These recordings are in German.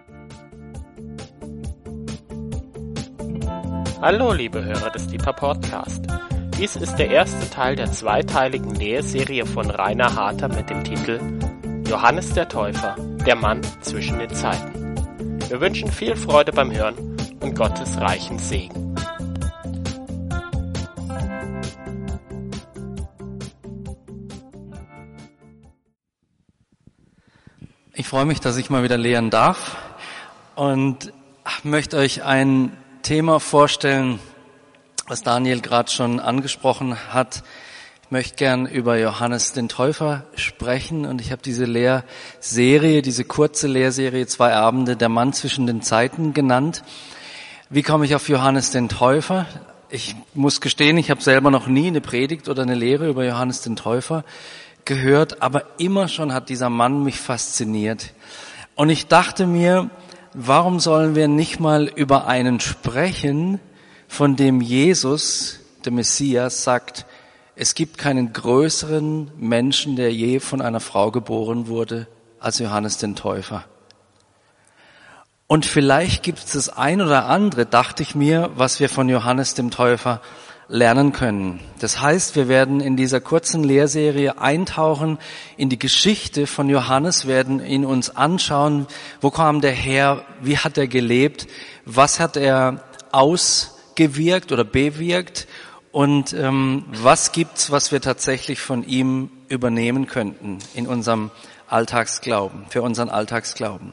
Hallo liebe Hörer des Deeper Podcast. Dies ist der erste Teil der zweiteiligen Lehrserie von Rainer Harter mit dem Titel Johannes der Täufer, der Mann zwischen den Zeiten. Wir wünschen viel Freude beim Hören und Gottes reichen Segen. Ich freue mich, dass ich mal wieder lehren darf und möchte euch ein Thema vorstellen, was Daniel gerade schon angesprochen hat. Ich möchte gern über Johannes den Täufer sprechen und ich habe diese Lehrserie, diese kurze Lehrserie, 2 Abende, der Mann zwischen den Zeiten genannt. Wie komme ich auf Johannes den Täufer? Ich muss gestehen, ich habe selber noch nie eine Predigt oder eine Lehre über Johannes den Täufer gehört, aber immer schon hat dieser Mann mich fasziniert. Und ich dachte mir, warum sollen wir nicht mal über einen sprechen, von dem Jesus, der Messias, sagt, es gibt keinen größeren Menschen, der je von einer Frau geboren wurde, als Johannes den Täufer. Und vielleicht gibt es das ein oder andere, dachte ich mir, was wir von Johannes dem Täufer lernen können. Das heißt, wir werden in dieser kurzen Lehrserie eintauchen in die Geschichte von Johannes, werden ihn uns anschauen, wo kam der her, wie hat er gelebt, was hat er ausgewirkt oder bewirkt und was gibt's, was wir tatsächlich von ihm übernehmen könnten in unserem Alltagsglauben, für unseren Alltagsglauben.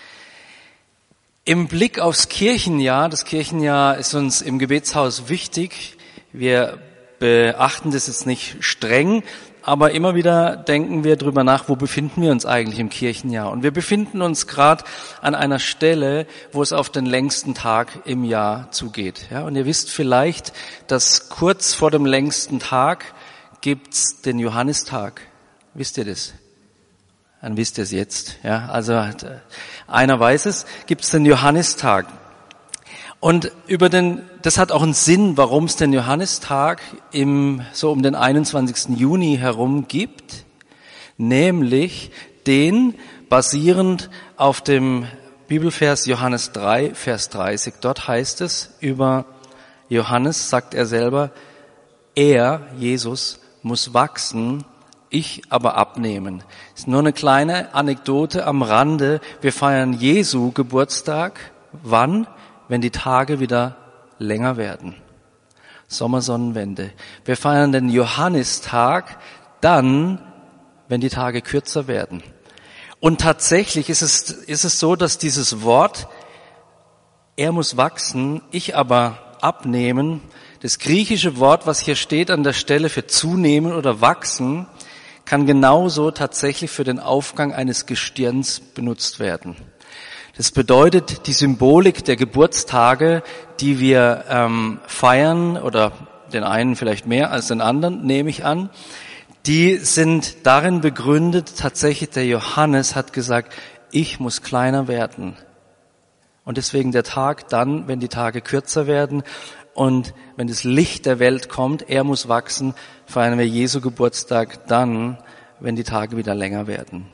Im Blick aufs Kirchenjahr, das Kirchenjahr ist uns im Gebetshaus wichtig. Wir beachten das jetzt nicht streng, aber immer wieder denken wir drüber nach, wo befinden wir uns eigentlich im Kirchenjahr? Und wir befinden uns gerade an einer Stelle, wo es auf den längsten Tag im Jahr zugeht. Ja, und ihr wisst vielleicht, dass kurz vor dem längsten Tag gibt's den Johannistag. Wisst ihr das? Dann wisst ihr es jetzt. Ja, also einer weiß es, gibt's den Johannistag. Und das hat auch einen Sinn, warum es den Johannistag so um den 21. Juni herum gibt, nämlich den basierend auf dem Bibelvers Johannes 3, Vers 30. Dort heißt es über Johannes, sagt er selber, Jesus, muss wachsen, ich aber abnehmen. Das ist nur eine kleine Anekdote am Rande. Wir feiern Jesu Geburtstag. Wann? Wenn die Tage wieder länger werden. Sommersonnenwende. Wir feiern den Johannistag dann, wenn die Tage kürzer werden. Und tatsächlich ist es so, dass dieses Wort, er muss wachsen, ich aber abnehmen, das griechische Wort, was hier steht an der Stelle für zunehmen oder wachsen, kann genauso tatsächlich für den Aufgang eines Gestirns benutzt werden. Das bedeutet, die Symbolik der Geburtstage, die wir feiern, oder den einen vielleicht mehr als den anderen, nehme ich an, die sind darin begründet, tatsächlich der Johannes hat gesagt, ich muss kleiner werden. Und deswegen der Tag dann, wenn die Tage kürzer werden und wenn das Licht der Welt kommt, er muss wachsen, feiern wir Jesu Geburtstag dann, wenn die Tage wieder länger werden.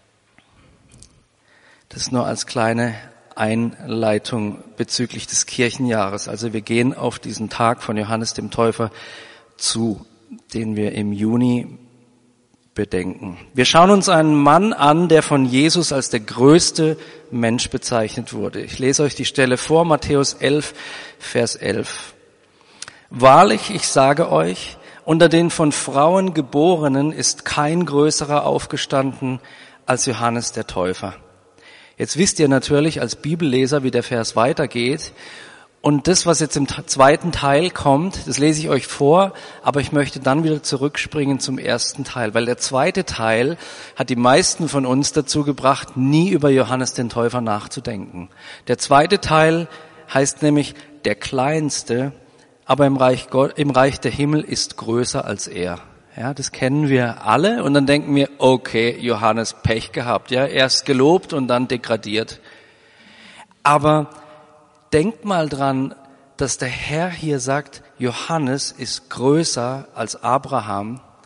Das nur als kleine Einleitung bezüglich des Kirchenjahres. Also wir gehen auf diesen Tag von Johannes dem Täufer zu, den wir im Juni bedenken. Wir schauen uns einen Mann an, der von Jesus als der größte Mensch bezeichnet wurde. Ich lese euch die Stelle vor, Matthäus 11, Vers 11. Wahrlich, ich sage euch, unter den von Frauen Geborenen ist kein größerer aufgestanden als Johannes der Täufer. Jetzt wisst ihr natürlich als Bibelleser, wie der Vers weitergeht. Und das, was jetzt im zweiten Teil kommt, das lese ich euch vor, aber ich möchte dann wieder zurückspringen zum ersten Teil, weil der zweite Teil hat die meisten von uns dazu gebracht, nie über Johannes den Täufer nachzudenken. Der zweite Teil heißt nämlich, der Kleinste, aber im Reich der Himmel ist größer als er. Ja, das kennen wir alle und dann denken wir, okay, Johannes, Pech gehabt, ja, erst gelobt und dann degradiert. Aber denkt mal dran, dass der Herr hier sagt, Johannes ist größer als Abraham,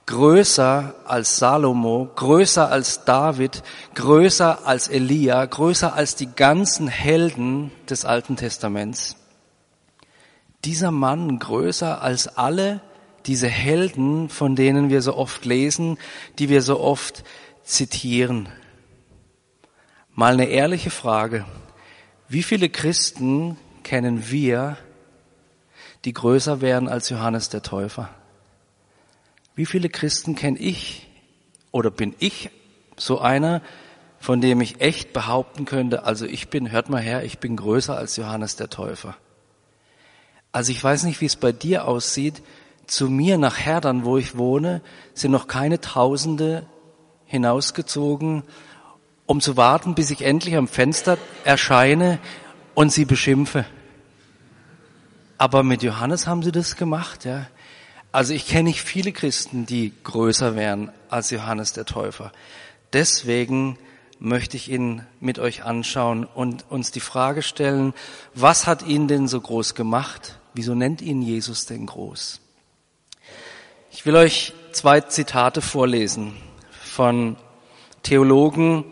größer als Salomo, größer als David, größer als Elia, größer als die ganzen Helden des Alten Testaments. Dieser Mann größer als alle diese Helden, von denen wir so oft lesen, die wir so oft zitieren. Mal eine ehrliche Frage. Wie viele Christen kennen wir, die größer wären als Johannes der Täufer? Wie viele Christen kenne ich oder bin ich so einer, von dem ich echt behaupten könnte, also hört mal her, ich bin größer als Johannes der Täufer. Also ich weiß nicht, wie es bei dir aussieht. Zu mir nach Herdern, wo ich wohne, sind noch keine Tausende hinausgezogen, um zu warten, bis ich endlich am Fenster erscheine und sie beschimpfe. Aber mit Johannes haben sie das gemacht, ja. Also ich kenne nicht viele Christen, die größer wären als Johannes der Täufer. Deswegen möchte ich ihn mit euch anschauen und uns die Frage stellen, was hat ihn denn so groß gemacht? Wieso nennt ihn Jesus denn groß? Ich will euch 2 Zitate vorlesen von Theologen,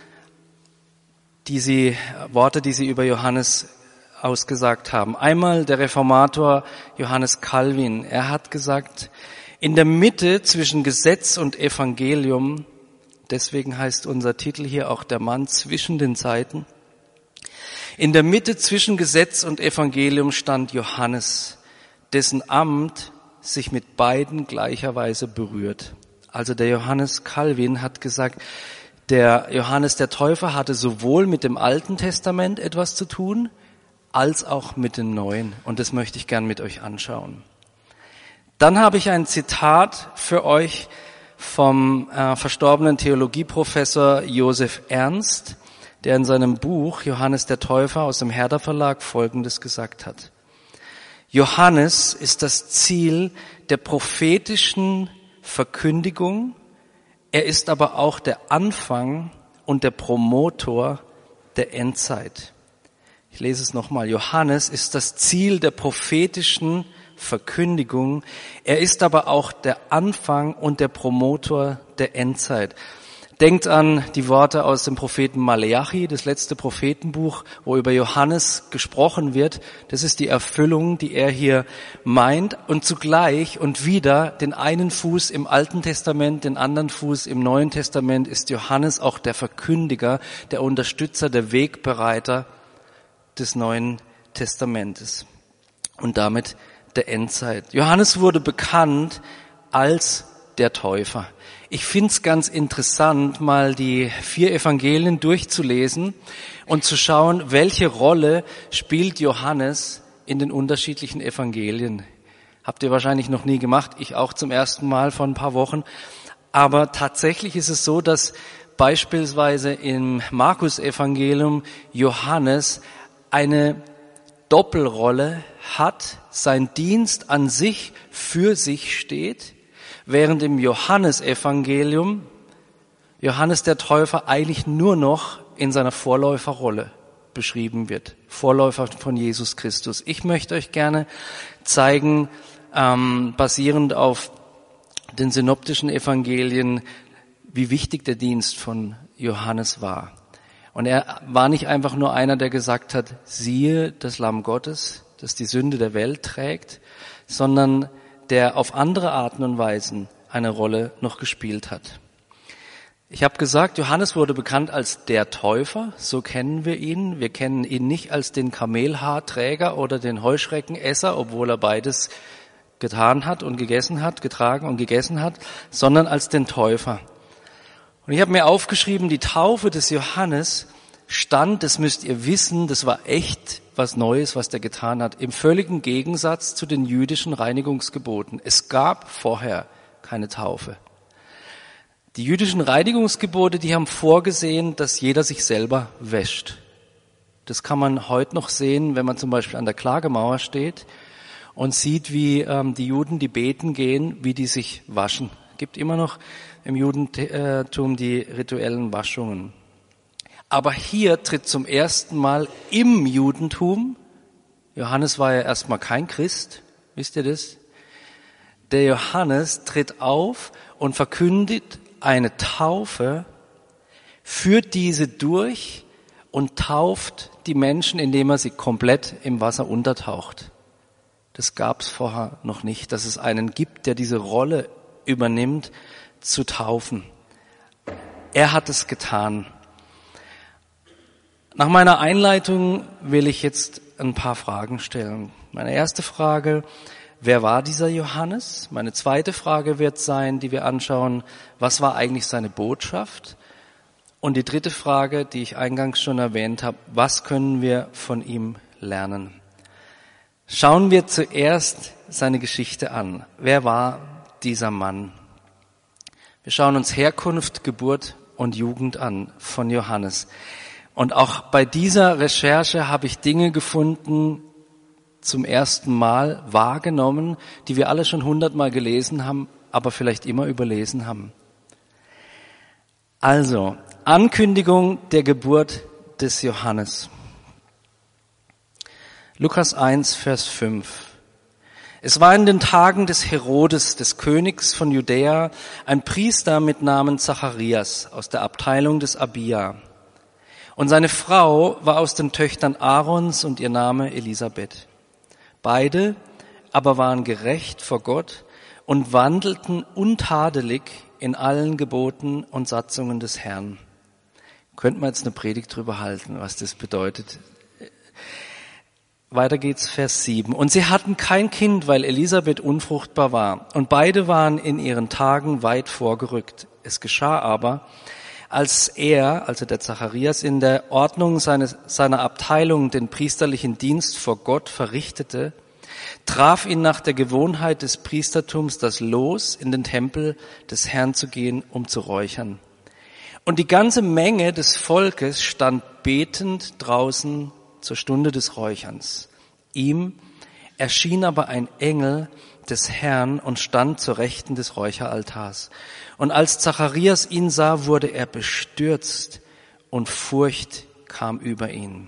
Worte, die sie über Johannes ausgesagt haben. Einmal der Reformator Johannes Calvin. Er hat gesagt, in der Mitte zwischen Gesetz und Evangelium, deswegen heißt unser Titel hier auch der Mann zwischen den Zeiten, in der Mitte zwischen Gesetz und Evangelium stand Johannes, dessen Amt sich mit beiden gleicherweise berührt. Also der Johannes Calvin hat gesagt, der Johannes der Täufer hatte sowohl mit dem Alten Testament etwas zu tun, als auch mit dem Neuen. Und das möchte ich gern mit euch anschauen. Dann habe ich ein Zitat für euch vom verstorbenen Theologieprofessor Josef Ernst, der in seinem Buch Johannes der Täufer aus dem Herder Verlag Folgendes gesagt hat. Johannes ist das Ziel der prophetischen Verkündigung. Er ist aber auch der Anfang und der Promotor der Endzeit. Ich lese es nochmal. Johannes ist das Ziel der prophetischen Verkündigung. Er ist aber auch der Anfang und der Promotor der Endzeit. Denkt an die Worte aus dem Propheten Maleachi, das letzte Prophetenbuch, wo über Johannes gesprochen wird. Das ist die Erfüllung, die er hier meint. Und zugleich und wieder den einen Fuß im Alten Testament, den anderen Fuß im Neuen Testament ist Johannes auch der Verkündiger, der Unterstützer, der Wegbereiter des Neuen Testamentes und damit der Endzeit. Johannes wurde bekannt als der Täufer. Ich finde es ganz interessant, mal die 4 Evangelien durchzulesen und zu schauen, welche Rolle spielt Johannes in den unterschiedlichen Evangelien. Habt ihr wahrscheinlich noch nie gemacht, ich auch zum ersten Mal vor ein paar Wochen. Aber tatsächlich ist es so, dass beispielsweise im Markus-Evangelium Johannes eine Doppelrolle hat, sein Dienst an sich für sich steht, während im Johannesevangelium Johannes der Täufer eigentlich nur noch in seiner Vorläuferrolle beschrieben wird, Vorläufer von Jesus Christus. Ich möchte euch gerne zeigen, basierend auf den synoptischen Evangelien, wie wichtig der Dienst von Johannes war. Und er war nicht einfach nur einer, der gesagt hat, siehe das Lamm Gottes, das die Sünde der Welt trägt, sondern der auf andere Arten und Weisen eine Rolle noch gespielt hat. Ich habe gesagt, Johannes wurde bekannt als der Täufer, so kennen wir ihn. Wir kennen ihn nicht als den Kamelhaarträger oder den Heuschreckenesser, obwohl er beides getan hat und gegessen hat, getragen und gegessen hat, sondern als den Täufer. Und ich habe mir aufgeschrieben, die Taufe des Johannes stand, das müsst ihr wissen, das war echt was Neues, was der getan hat, im völligen Gegensatz zu den jüdischen Reinigungsgeboten. Es gab vorher keine Taufe. Die jüdischen Reinigungsgebote, die haben vorgesehen, dass jeder sich selber wäscht. Das kann man heute noch sehen, wenn man zum Beispiel an der Klagemauer steht und sieht, wie die Juden, die beten gehen, wie die sich waschen. Es gibt immer noch im Judentum die rituellen Waschungen. Aber hier tritt zum ersten Mal im Judentum, Johannes war ja erstmal kein Christ, wisst ihr das? der Johannes tritt auf und verkündet eine Taufe, führt diese durch und tauft die Menschen, indem er sie komplett im Wasser untertaucht. Das gab es vorher noch nicht, dass es einen gibt, der diese Rolle übernimmt, zu taufen. Er hat es getan. Nach meiner Einleitung will ich jetzt ein paar Fragen stellen. Meine erste Frage: Wer war dieser Johannes? Meine zweite Frage wird sein, die wir anschauen: Was war eigentlich seine Botschaft? Und die dritte Frage, die ich eingangs schon erwähnt habe: Was können wir von ihm lernen? Schauen wir zuerst seine Geschichte an. Wer war dieser Mann? Wir schauen uns Herkunft, Geburt und Jugend an von Johannes. Und auch bei dieser Recherche habe ich Dinge gefunden, zum ersten Mal wahrgenommen, die wir alle schon 100-mal gelesen haben, aber vielleicht immer überlesen haben. Also, Ankündigung der Geburt des Johannes. Lukas 1, Vers 5. Es war in den Tagen des Herodes, des Königs von Judäa, ein Priester mit Namen Zacharias aus der Abteilung des Abia. Und seine Frau war aus den Töchtern Aarons und ihr Name Elisabeth. Beide aber waren gerecht vor Gott und wandelten untadelig in allen Geboten und Satzungen des Herrn. Könnte man jetzt eine Predigt drüber halten, was das bedeutet. Weiter geht's, Vers 7. Und sie hatten kein Kind, weil Elisabeth unfruchtbar war. Und beide waren in ihren Tagen weit vorgerückt. Es geschah aber, als er, also der Zacharias, in der Ordnung seiner Abteilung den priesterlichen Dienst vor Gott verrichtete, traf ihn nach der Gewohnheit des Priestertums das Los, in den Tempel des Herrn zu gehen, um zu räuchern. Und die ganze Menge des Volkes stand betend draußen zur Stunde des Räucherns. Ihm erschien aber ein Engel des Herrn und stand zur Rechten des Räucheraltars. Und als Zacharias ihn sah, wurde er bestürzt und Furcht kam über ihn.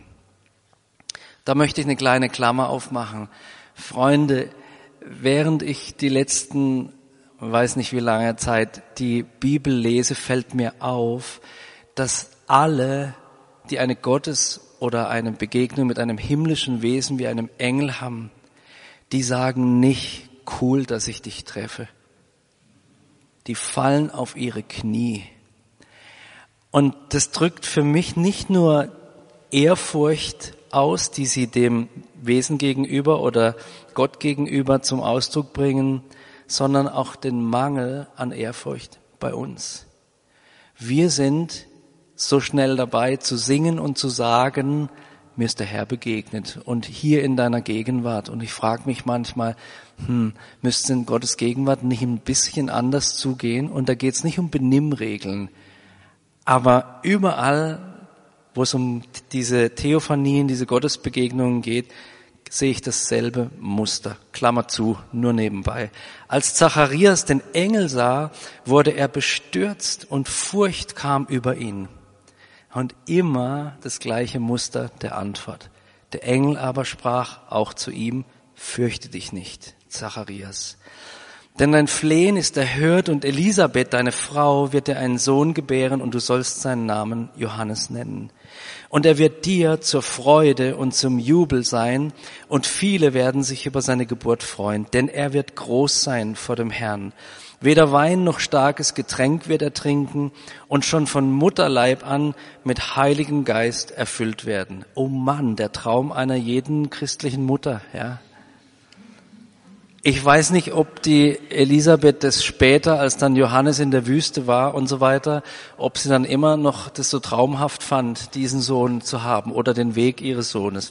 Da möchte ich eine kleine Klammer aufmachen. Freunde, während ich die letzten, weiß nicht wie lange Zeit, die Bibel lese, fällt mir auf, dass alle, die eine Gottes- oder eine Begegnung mit einem himmlischen Wesen wie einem Engel haben, die sagen nicht: Cool, dass ich dich treffe. Die fallen auf ihre Knie. Und das drückt für mich nicht nur Ehrfurcht aus, die sie dem Wesen gegenüber oder Gott gegenüber zum Ausdruck bringen, sondern auch den Mangel an Ehrfurcht bei uns. Wir sind so schnell dabei zu singen und zu sagen: Mir ist der Herr begegnet und hier in deiner Gegenwart. Und ich frage mich manchmal, müsste in Gottes Gegenwart nicht ein bisschen anders zugehen? Und da geht es nicht um Benimmregeln. Aber überall, wo es um diese Theophanien, diese Gottesbegegnungen geht, sehe ich dasselbe Muster. Klammer zu, nur nebenbei. Als Zacharias den Engel sah, wurde er bestürzt und Furcht kam über ihn. Und immer das gleiche Muster der Antwort. Der Engel aber sprach auch zu ihm: Fürchte dich nicht, Zacharias. Denn dein Flehen ist erhört und Elisabeth, deine Frau, wird dir einen Sohn gebären und du sollst seinen Namen Johannes nennen. Und er wird dir zur Freude und zum Jubel sein und viele werden sich über seine Geburt freuen, denn er wird groß sein vor dem Herrn. Weder Wein noch starkes Getränk wird er trinken und schon von Mutterleib an mit Heiligem Geist erfüllt werden. Oh Mann, der Traum einer jeden christlichen Mutter, ja. Ich weiß nicht, ob die Elisabeth das später, als dann Johannes in der Wüste war und so weiter, ob sie dann immer noch das so traumhaft fand, diesen Sohn zu haben oder den Weg ihres Sohnes.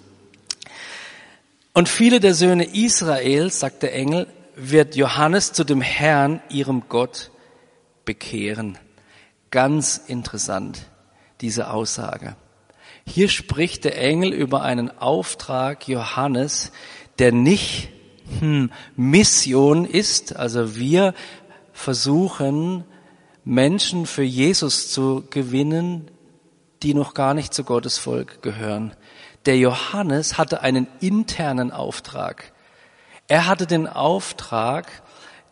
Und viele der Söhne Israels, sagt der Engel, wird Johannes zu dem Herrn, ihrem Gott, bekehren. Ganz interessant, diese Aussage. Hier spricht der Engel über einen Auftrag Johannes, der nicht Mission ist. Also wir versuchen, Menschen für Jesus zu gewinnen, die noch gar nicht zu Gottes Volk gehören. Der Johannes hatte einen internen Auftrag. Er hatte den Auftrag,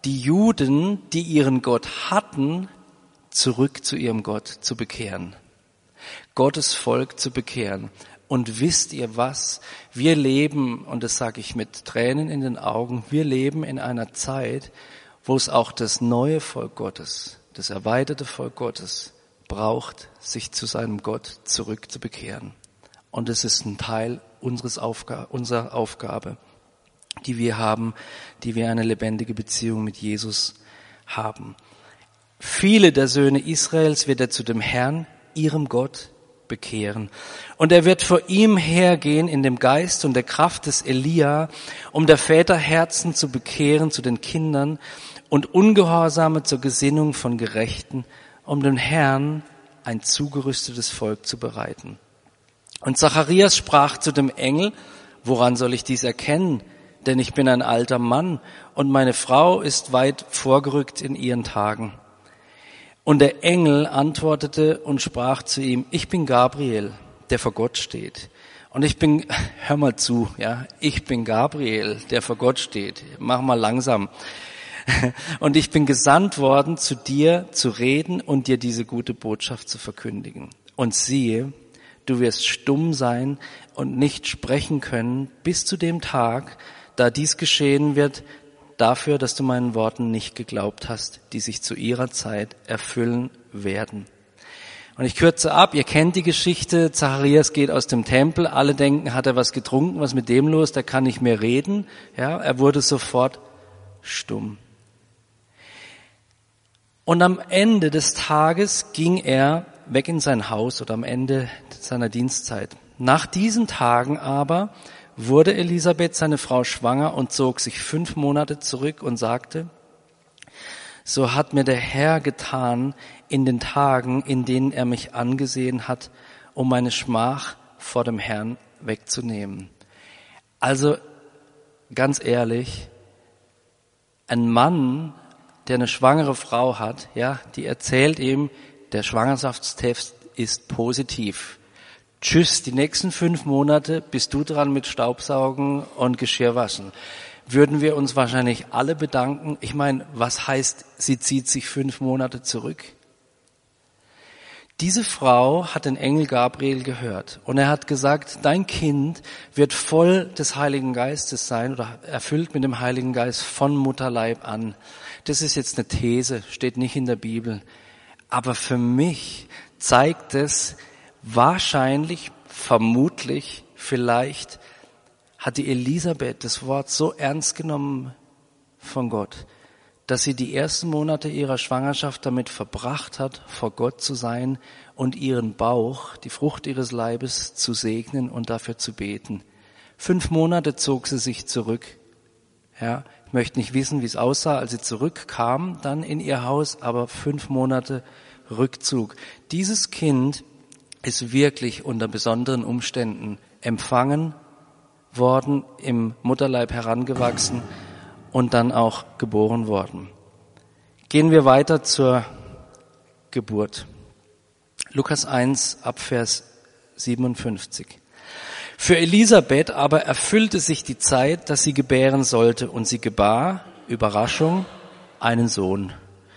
die Juden, die ihren Gott hatten, zurück zu ihrem Gott zu bekehren. Gottes Volk zu bekehren. Und wisst ihr was? Wir leben, und das sage ich mit Tränen in den Augen, wir leben in einer Zeit, wo es auch das neue Volk Gottes, das erweiterte Volk Gottes braucht, sich zu seinem Gott zurück zu bekehren. Und es ist ein Teil unserer Aufgabe, die wir haben, die wir eine lebendige Beziehung mit Jesus haben. Viele der Söhne Israels wird er zu dem Herrn, ihrem Gott, bekehren. Und er wird vor ihm hergehen in dem Geist und der Kraft des Elia, um der Väter Herzen zu bekehren zu den Kindern und Ungehorsame zur Gesinnung von Gerechten, um dem Herrn ein zugerüstetes Volk zu bereiten. Und Zacharias sprach zu dem Engel, woran soll ich dies erkennen? Denn ich bin ein alter Mann und meine Frau ist weit vorgerückt in ihren Tagen. Und der Engel antwortete und sprach zu ihm, ich bin Gabriel, der vor Gott steht. Und ich bin, hör mal zu, ja, ich bin Gabriel, der vor Gott steht. Mach mal langsam. Und ich bin gesandt worden, zu dir zu reden und dir diese gute Botschaft zu verkündigen. Und siehe, du wirst stumm sein und nicht sprechen können bis zu dem Tag, da dies geschehen wird, dafür, dass du meinen Worten nicht geglaubt hast, die sich zu ihrer Zeit erfüllen werden. Und ich kürze ab, ihr kennt die Geschichte, Zacharias geht aus dem Tempel, alle denken, hat er was getrunken, was mit dem los, der kann nicht mehr reden. Ja, er wurde sofort stumm. Und am Ende des Tages ging er weg in sein Haus oder am Ende seiner Dienstzeit. Nach diesen Tagen aber wurde Elisabeth, seine Frau, schwanger und zog sich 5 Monate zurück und sagte, so hat mir der Herr getan in den Tagen, in denen er mich angesehen hat, um meine Schmach vor dem Herrn wegzunehmen. Also ganz ehrlich, ein Mann, der eine schwangere Frau hat, ja, die erzählt ihm, der Schwangerschaftstest ist positiv. Tschüss, die nächsten 5 Monate bist du dran mit Staubsaugen und Geschirrwaschen. Würden wir uns wahrscheinlich alle bedanken. Ich meine, was heißt, sie zieht sich 5 Monate zurück? Diese Frau hat den Engel Gabriel gehört und er hat gesagt, dein Kind wird voll des Heiligen Geistes sein oder erfüllt mit dem Heiligen Geist von Mutterleib an. Das ist jetzt eine These, steht nicht in der Bibel. Aber für mich zeigt es, wahrscheinlich, vermutlich, vielleicht hat die Elisabeth das Wort so ernst genommen von Gott, dass sie die ersten Monate ihrer Schwangerschaft damit verbracht hat, vor Gott zu sein und ihren Bauch, die Frucht ihres Leibes, zu segnen und dafür zu beten. 5 Monate zog sie sich zurück. Ja, ich möchte nicht wissen, wie es aussah, als sie zurückkam, dann in ihr Haus, aber 5 Monate Rückzug. Dieses Kind ist wirklich unter besonderen Umständen empfangen worden, im Mutterleib herangewachsen und dann auch geboren worden. Gehen wir weiter zur Geburt. Lukas 1 ab Vers 57. Für Elisabeth aber erfüllte sich die Zeit, dass sie gebären sollte, und sie gebar, Überraschung, einen Sohn.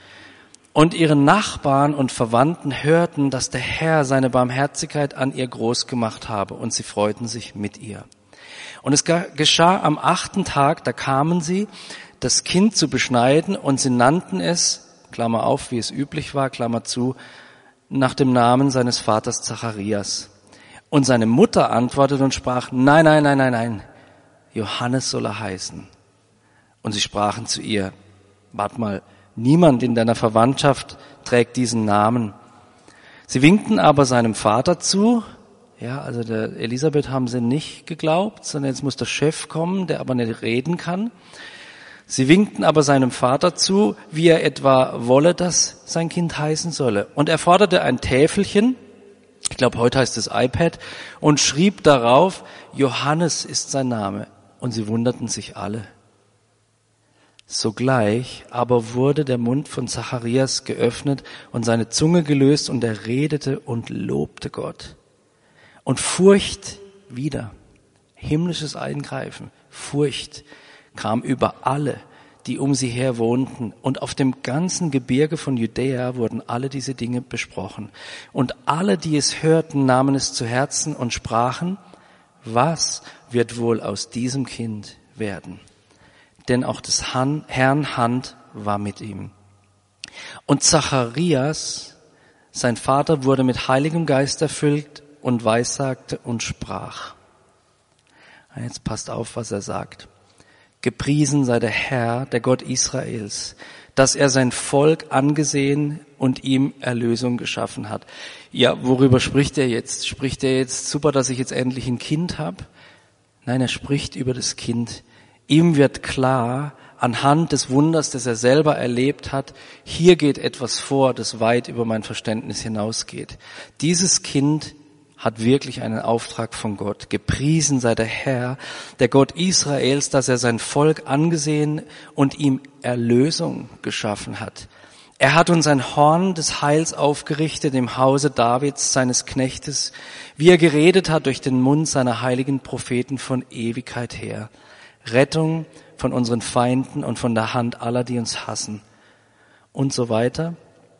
Und ihre Nachbarn und Verwandten hörten, dass der Herr seine Barmherzigkeit an ihr groß gemacht habe, und sie freuten sich mit ihr. Und es geschah am 8. Tag, da kamen sie, das Kind zu beschneiden, und sie nannten es, Klammer auf, wie es üblich war, Klammer zu, nach dem Namen seines Vaters Zacharias. Und seine Mutter antwortete und sprach, nein, Johannes soll er heißen. Und sie sprachen zu ihr, wart mal, niemand in deiner Verwandtschaft trägt diesen Namen. Sie winkten aber seinem Vater zu, ja, also der Elisabeth haben sie nicht geglaubt, sondern jetzt muss der Chef kommen, der aber nicht reden kann. Sie winkten aber seinem Vater zu, wie er etwa wolle, dass sein Kind heißen solle. Und er forderte ein Täfelchen, ich glaube heute heißt es iPad, und schrieb darauf, Johannes ist sein Name. Und sie wunderten sich alle. Sogleich aber wurde der Mund von Zacharias geöffnet und seine Zunge gelöst, und er redete und lobte Gott. Und Furcht wieder, himmlisches Eingreifen, Furcht kam über alle, die um sie her wohnten. Und auf dem ganzen Gebirge von Judäa wurden alle diese Dinge besprochen. Und alle, die es hörten, nahmen es zu Herzen und sprachen, was wird wohl aus diesem Kind werden? Denn auch des Herrn Hand war mit ihm. Und Zacharias, sein Vater, wurde mit Heiligem Geist erfüllt und weissagte und sprach. Jetzt passt auf, was er sagt. Gepriesen sei der Herr, der Gott Israels, dass er sein Volk angesehen und ihm Erlösung geschaffen hat. Ja, worüber spricht er jetzt? Spricht er jetzt, super, dass ich jetzt endlich ein Kind habe? Nein, er spricht über das Kind. Ihm wird klar, anhand des Wunders, das er selber erlebt hat, hier geht etwas vor, das weit über mein Verständnis hinausgeht. Dieses Kind hat wirklich einen Auftrag von Gott. Gepriesen sei der Herr, der Gott Israels, dass er sein Volk angesehen und ihm Erlösung geschaffen hat. Er hat uns ein Horn des Heils aufgerichtet im Hause Davids, seines Knechtes, wie er geredet hat durch den Mund seiner heiligen Propheten von Ewigkeit her. Rettung von unseren Feinden und von der Hand aller, die uns hassen. Und so weiter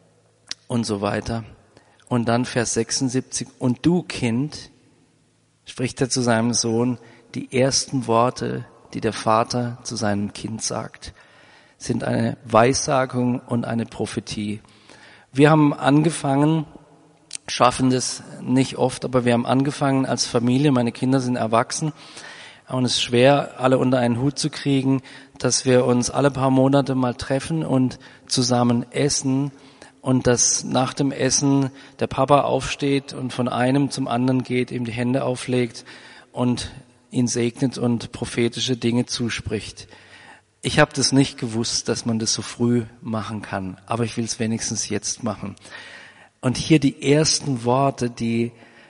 und so weiter. Und dann Vers 76, und du, Kind, spricht er zu seinem Sohn, die ersten Worte, die der Vater zu seinem Kind sagt, sind eine Weissagung und eine Prophetie. Wir haben angefangen, schaffen das nicht oft, aber wir haben angefangen als Familie, meine Kinder sind erwachsen, und es ist schwer, alle unter einen Hut zu kriegen, dass wir uns alle paar Monate mal treffen und zusammen essen, und dass nach dem Essen der Papa aufsteht und von einem zum anderen geht, ihm die Hände auflegt und ihn segnet und prophetische Dinge zuspricht. Ich habe das nicht gewusst, dass man das so früh machen kann, aber ich will es wenigstens jetzt machen. Und hier die ersten Worte, die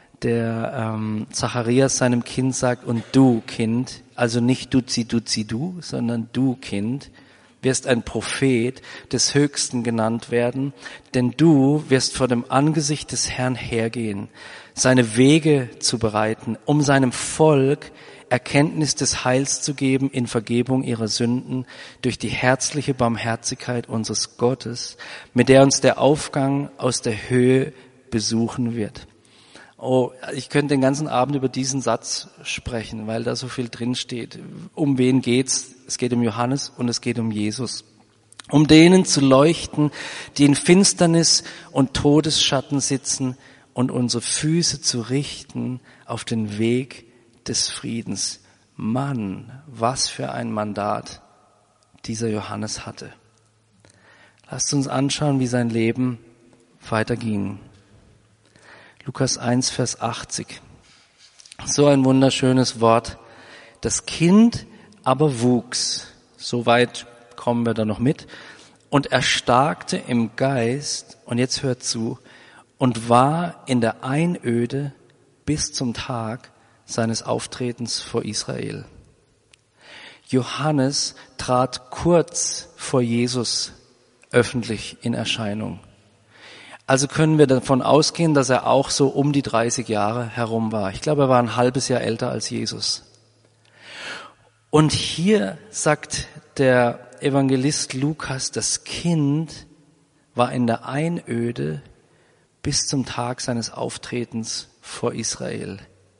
der Zacharias seinem Kind sagt, und du, Kind, also nicht du, sondern du, Kind, wirst ein Prophet des Höchsten genannt werden, denn du wirst vor dem Angesicht des Herrn hergehen, seine Wege zu bereiten, um seinem Volk Erkenntnis des Heils zu geben in Vergebung ihrer Sünden durch die herzliche Barmherzigkeit unseres Gottes, mit der uns der Aufgang aus der Höhe besuchen wird. Oh, ich könnte den ganzen Abend über diesen Satz sprechen, weil da so viel drin steht. Um wen geht's? Es geht um Johannes und es geht um Jesus. Um denen zu leuchten, die in Finsternis und Todesschatten sitzen, und unsere Füße zu richten auf den Weg des Friedens. Mann, was für ein Mandat dieser Johannes hatte. Lasst uns anschauen, wie sein Leben weiterging. Lukas 1, Vers 80. So ein wunderschönes Wort. Das Kind aber wuchs. So weit kommen wir da noch mit. Und erstarkte im Geist, und jetzt hört zu, und war in der Einöde bis zum Tag seines Auftretens vor Israel. Johannes trat kurz vor Jesus öffentlich in Erscheinung. Also können wir davon ausgehen, dass er auch so um die 30 Jahre herum war. Ich glaube, er war ein halbes Jahr älter als Jesus. Und hier sagt der Evangelist Lukas, das Kind war in der Einöde bis zum Tag seines Auftretens vor Israel.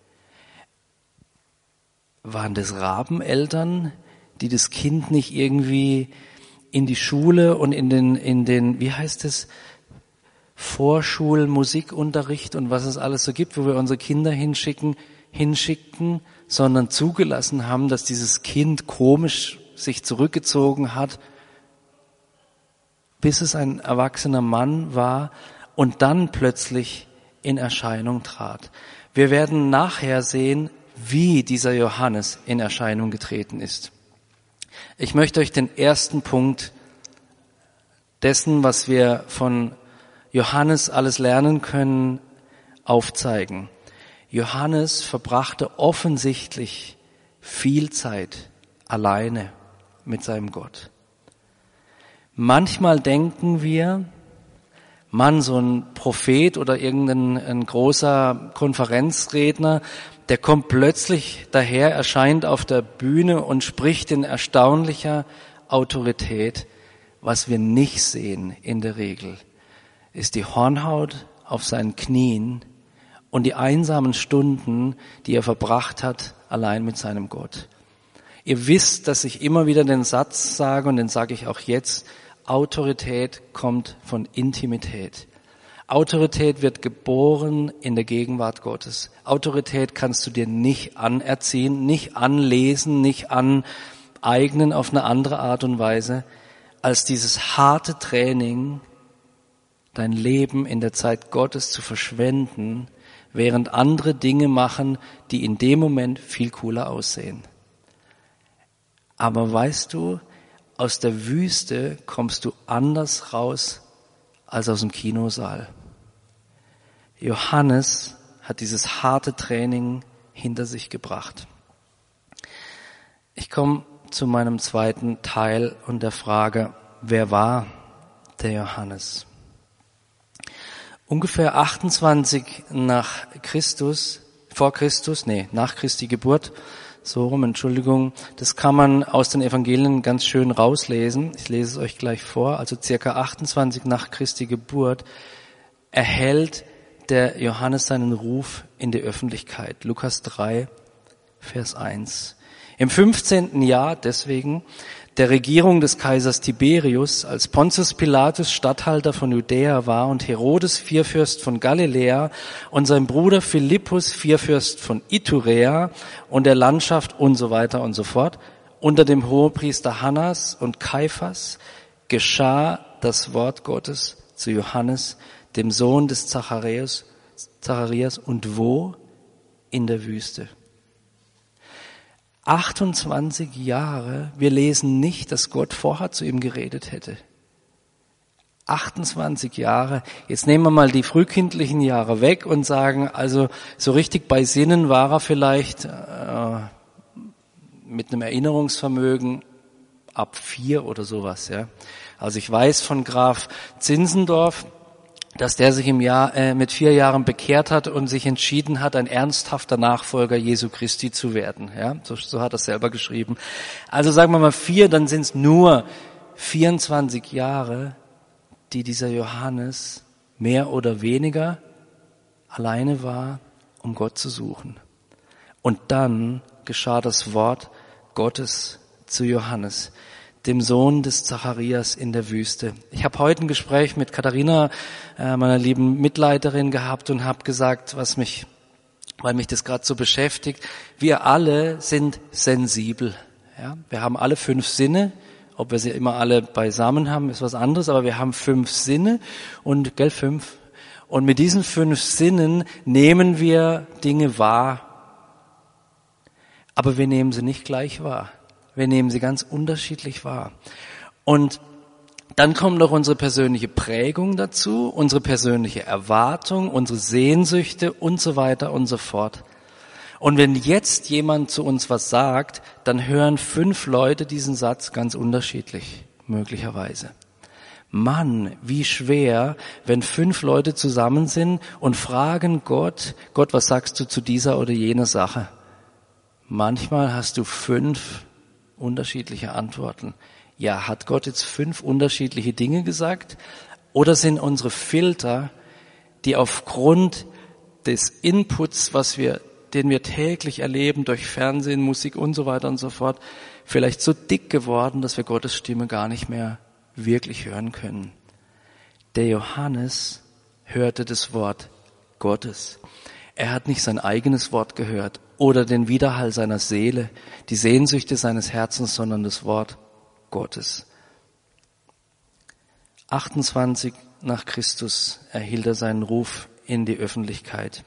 Waren das Rabeneltern, die das Kind nicht irgendwie in die Schule und in den, wie heißt es, Vorschulmusikunterricht und was es alles so gibt, wo wir unsere Kinder hinschickten, sondern zugelassen haben, dass dieses Kind komisch sich zurückgezogen hat, bis es ein erwachsener Mann war und dann plötzlich in Erscheinung trat. Wir werden nachher sehen, wie dieser Johannes in Erscheinung getreten ist. Ich möchte euch den ersten Punkt dessen, was wir von Johannes alles lernen können, aufzeigen. Johannes verbrachte offensichtlich viel Zeit alleine mit seinem Gott. Manchmal denken wir, Mann, so ein Prophet oder ein großer Konferenzredner, der kommt plötzlich daher, erscheint auf der Bühne und spricht in erstaunlicher Autorität. Was wir nicht sehen in der Regel, ist die Hornhaut auf seinen Knien und die einsamen Stunden, die er verbracht hat, allein mit seinem Gott. Ihr wisst, dass ich immer wieder den Satz sage, und den sage ich auch jetzt: Autorität kommt von Intimität. Autorität wird geboren in der Gegenwart Gottes. Autorität kannst du dir nicht anerziehen, nicht anlesen, nicht aneignen auf eine andere Art und Weise, als dieses harte Training, dein Leben in der Zeit Gottes zu verschwenden, während andere Dinge machen, die in dem Moment viel cooler aussehen. Aber weißt du, aus der Wüste kommst du anders raus als aus dem Kinosaal. Johannes hat dieses harte Training hinter sich gebracht. Ich komme zu meinem zweiten Teil und der Frage: Wer war der Johannes? Ungefähr 28 nach Christi Geburt, das kann man aus den Evangelien ganz schön rauslesen. Ich lese es euch gleich vor. Also circa 28 nach Christi Geburt erhält der Johannes seinen Ruf in die Öffentlichkeit. Lukas 3, Vers 1. Im 15. Jahr deswegen der Regierung des Kaisers Tiberius, als Pontius Pilatus Statthalter von Judäa war und Herodes Vierfürst von Galiläa und sein Bruder Philippus Vierfürst von Iturea und der Landschaft und so weiter und so fort, unter dem Hohepriester Hannas und Kaiphas geschah das Wort Gottes zu Johannes, dem Sohn des Zacharias, und wo? In der Wüste. 28 Jahre, wir lesen nicht, dass Gott vorher zu ihm geredet hätte. 28 Jahre, jetzt nehmen wir mal die frühkindlichen Jahre weg und sagen, also so richtig bei Sinnen war er vielleicht mit einem Erinnerungsvermögen ab 4 oder sowas. Ja. Also ich weiß von Graf Zinzendorf, dass der sich mit 4 Jahren bekehrt hat und sich entschieden hat, ein ernsthafter Nachfolger Jesu Christi zu werden. Ja, so hat er selber geschrieben. Also sagen wir mal 4, dann sind es nur 24 Jahre, die dieser Johannes mehr oder weniger alleine war, um Gott zu suchen. Und dann geschah das Wort Gottes zu Johannes, dem Sohn des Zacharias in der Wüste. Ich habe heute ein Gespräch mit Katharina, meiner lieben Mitleiterin, gehabt und habe gesagt, weil mich das gerade so beschäftigt, wir alle sind sensibel. Ja? Wir haben alle 5 Sinne. Ob wir sie immer alle beisammen haben, ist was anderes, aber wir haben 5 Sinne und 5. Und mit diesen 5 Sinnen nehmen wir Dinge wahr. Aber wir nehmen sie nicht gleich wahr. Wir nehmen sie ganz unterschiedlich wahr. Und dann kommt noch unsere persönliche Prägung dazu, unsere persönliche Erwartung, unsere Sehnsüchte und so weiter und so fort. Und wenn jetzt jemand zu uns was sagt, dann hören 5 Leute diesen Satz ganz unterschiedlich, möglicherweise. Mann, wie schwer, wenn 5 Leute zusammen sind und fragen Gott, was sagst du zu dieser oder jener Sache? Manchmal hast du 5 unterschiedliche Antworten. Ja, hat Gott jetzt 5 unterschiedliche Dinge gesagt? Oder sind unsere Filter, die aufgrund des Inputs, den wir täglich erleben, durch Fernsehen, Musik und so weiter und so fort, vielleicht so dick geworden, dass wir Gottes Stimme gar nicht mehr wirklich hören können? Der Johannes hörte das Wort Gottes. Er hat nicht sein eigenes Wort gehört oder den Widerhall seiner Seele, die Sehnsüchte seines Herzens, sondern das Wort Gottes. 28 nach Christus erhielt er seinen Ruf in die Öffentlichkeit.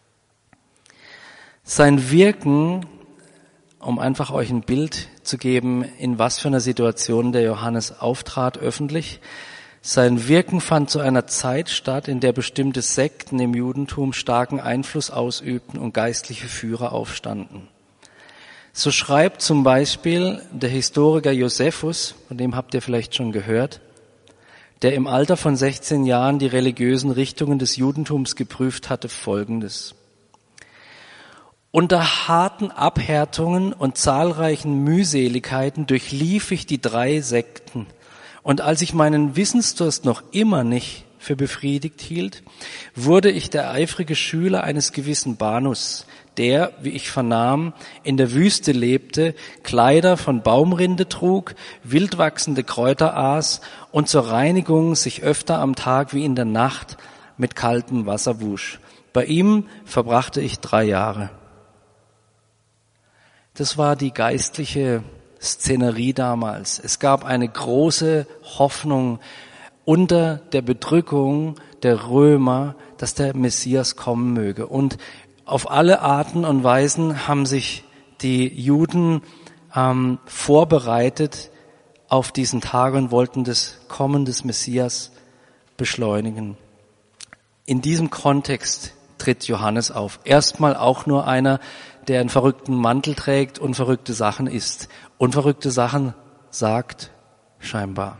Sein Wirken, um einfach euch ein Bild zu geben, in was für einer Situation der Johannes auftrat öffentlich, sein Wirken fand zu einer Zeit statt, in der bestimmte Sekten im Judentum starken Einfluss ausübten und geistliche Führer aufstanden. So schreibt zum Beispiel der Historiker Josephus, von dem habt ihr vielleicht schon gehört, der im Alter von 16 Jahren die religiösen Richtungen des Judentums geprüft hatte, Folgendes: Unter harten Abhärtungen und zahlreichen Mühseligkeiten durchlief ich die 3 Sekten. Und als ich meinen Wissensdurst noch immer nicht für befriedigt hielt, wurde ich der eifrige Schüler eines gewissen Banus, der, wie ich vernahm, in der Wüste lebte, Kleider von Baumrinde trug, wildwachsende Kräuter aß und zur Reinigung sich öfter am Tag wie in der Nacht mit kaltem Wasser wusch. Bei ihm verbrachte ich 3 Jahre. Das war die geistliche Szenerie damals. Es gab eine große Hoffnung unter der Bedrückung der Römer, dass der Messias kommen möge. Und auf alle Arten und Weisen haben sich die Juden vorbereitet auf diesen Tag und wollten das Kommen des Messias beschleunigen. In diesem Kontext tritt Johannes auf. Erstmal auch nur einer, der einen verrückten Mantel trägt und verrückte Sachen isst. Und verrückte Sachen sagt, scheinbar.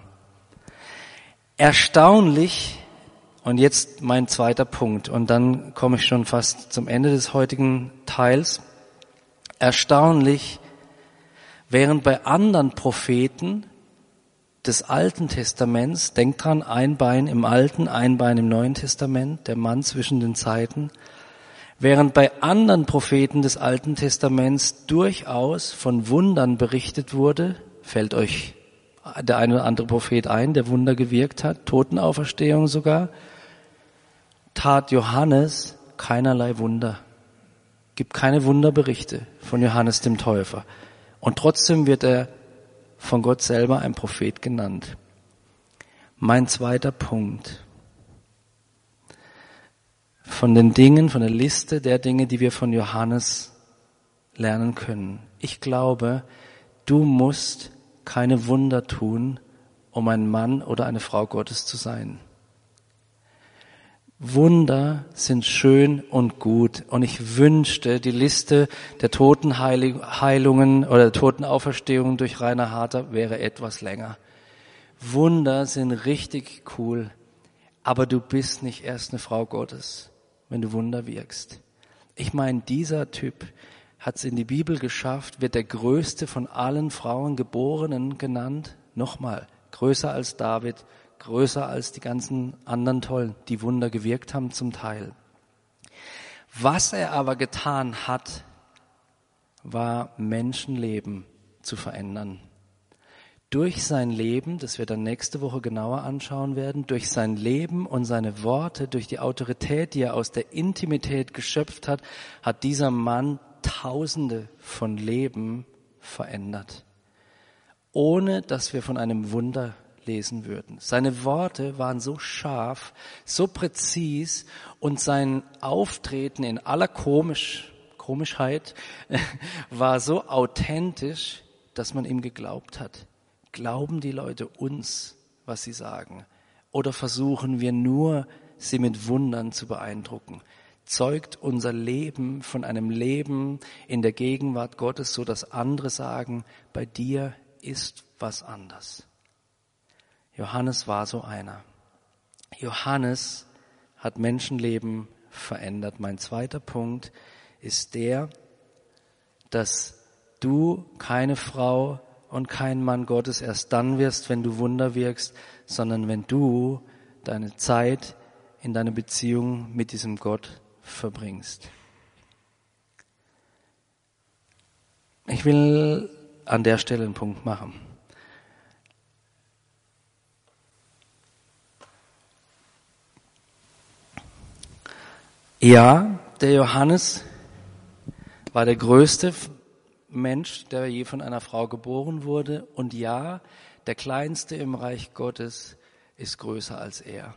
Erstaunlich, und jetzt mein zweiter Punkt, und dann komme ich schon fast zum Ende des heutigen Teils. Erstaunlich, während bei anderen Propheten des Alten Testaments, denkt dran, ein Bein im Alten, ein Bein im Neuen Testament, der Mann zwischen den Zeiten, während bei anderen Propheten des Alten Testaments durchaus von Wundern berichtet wurde, fällt euch der eine oder andere Prophet ein, der Wunder gewirkt hat, Totenauferstehung sogar, tat Johannes keinerlei Wunder. Gibt keine Wunderberichte von Johannes dem Täufer. Und trotzdem wird er von Gott selber ein Prophet genannt. Mein zweiter Punkt. Von den Dingen, von der Liste der Dinge, die wir von Johannes lernen können. Ich glaube, du musst keine Wunder tun, um ein Mann oder eine Frau Gottes zu sein. Wunder sind schön und gut und ich wünschte, die Liste der Totenheilungen oder der Totenauferstehungen durch Rainer Harter wäre etwas länger. Wunder sind richtig cool, aber du bist nicht erst eine Frau Gottes, wenn du Wunder wirkst. Ich meine, dieser Typ hat es in die Bibel geschafft, wird der größte von allen Frauengeborenen genannt. Nochmal, größer als David, größer als die ganzen anderen Tollen, die Wunder gewirkt haben zum Teil. Was er aber getan hat, war Menschenleben zu verändern. Durch sein Leben, das wir dann nächste Woche genauer anschauen werden, durch sein Leben und seine Worte, durch die Autorität, die er aus der Intimität geschöpft hat, hat dieser Mann Tausende von Leben verändert. Ohne dass wir von einem Wunder lesen würden. Seine Worte waren so scharf, so präzis und sein Auftreten in aller Komischheit war so authentisch, dass man ihm geglaubt hat. Glauben die Leute uns, was sie sagen? Oder versuchen wir nur, sie mit Wundern zu beeindrucken? Zeugt unser Leben von einem Leben in der Gegenwart Gottes, so dass andere sagen, bei dir ist was anders. Johannes war so einer. Johannes hat Menschenleben verändert. Mein zweiter Punkt ist der, dass du keine Frau und kein Mann Gottes erst dann wirst, wenn du Wunder wirkst, sondern wenn du deine Zeit in deiner Beziehung mit diesem Gott verbringst. Ich will an der Stelle einen Punkt machen. Ja, der Johannes war der größte Mensch, der je von einer Frau geboren wurde. Und ja, der Kleinste im Reich Gottes ist größer als er.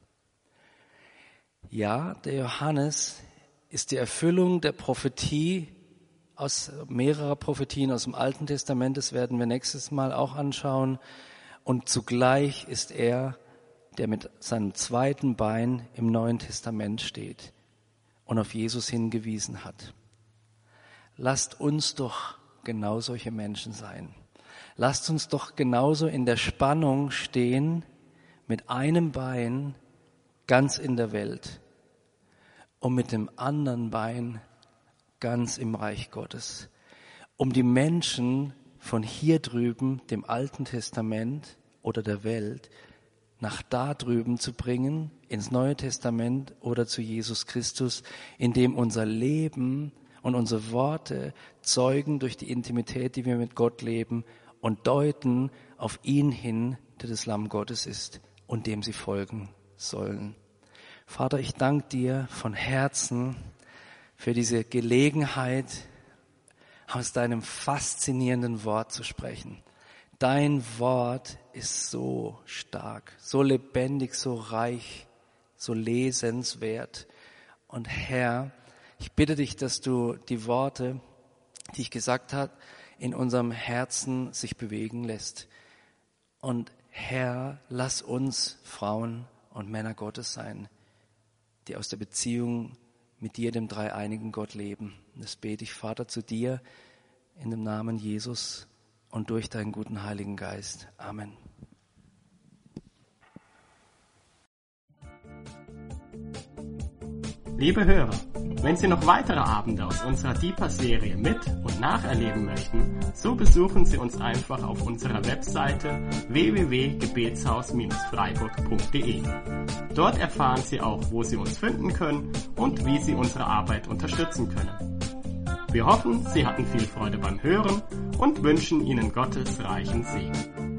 Ja, der Johannes ist die Erfüllung der Prophetie aus mehrerer Prophetien aus dem Alten Testament. Das werden wir nächstes Mal auch anschauen. Und zugleich ist er, der mit seinem zweiten Bein im Neuen Testament steht und auf Jesus hingewiesen hat. Lasst uns doch genau solche Menschen sein. Lasst uns doch genauso in der Spannung stehen, mit einem Bein ganz in der Welt und mit dem anderen Bein ganz im Reich Gottes, um die Menschen von hier drüben, dem Alten Testament oder der Welt, nach da drüben zu bringen, ins Neue Testament oder zu Jesus Christus, in dem unser Leben und unsere Worte zeugen durch die Intimität, die wir mit Gott leben und deuten auf ihn hin, der das Lamm Gottes ist und dem sie folgen sollen. Vater, ich danke dir von Herzen für diese Gelegenheit, aus deinem faszinierenden Wort zu sprechen. Dein Wort ist so stark, so lebendig, so reich, so lesenswert. Und Herr, ich bitte dich, dass du die Worte, die ich gesagt habe, in unserem Herzen sich bewegen lässt. Und Herr, lass uns Frauen und Männer Gottes sein, die aus der Beziehung mit dir, dem dreieinigen Gott, leben. Und das bete ich, Vater, zu dir in dem Namen Jesus und durch deinen guten Heiligen Geist. Amen. Liebe Hörer, wenn Sie noch weitere Abende aus unserer Deeper-Serie mit- und nacherleben möchten, so besuchen Sie uns einfach auf unserer Webseite www.gebetshaus-freiburg.de. Dort erfahren Sie auch, wo Sie uns finden können und wie Sie unsere Arbeit unterstützen können. Wir hoffen, Sie hatten viel Freude beim Hören und wünschen Ihnen Gottes reichen Segen.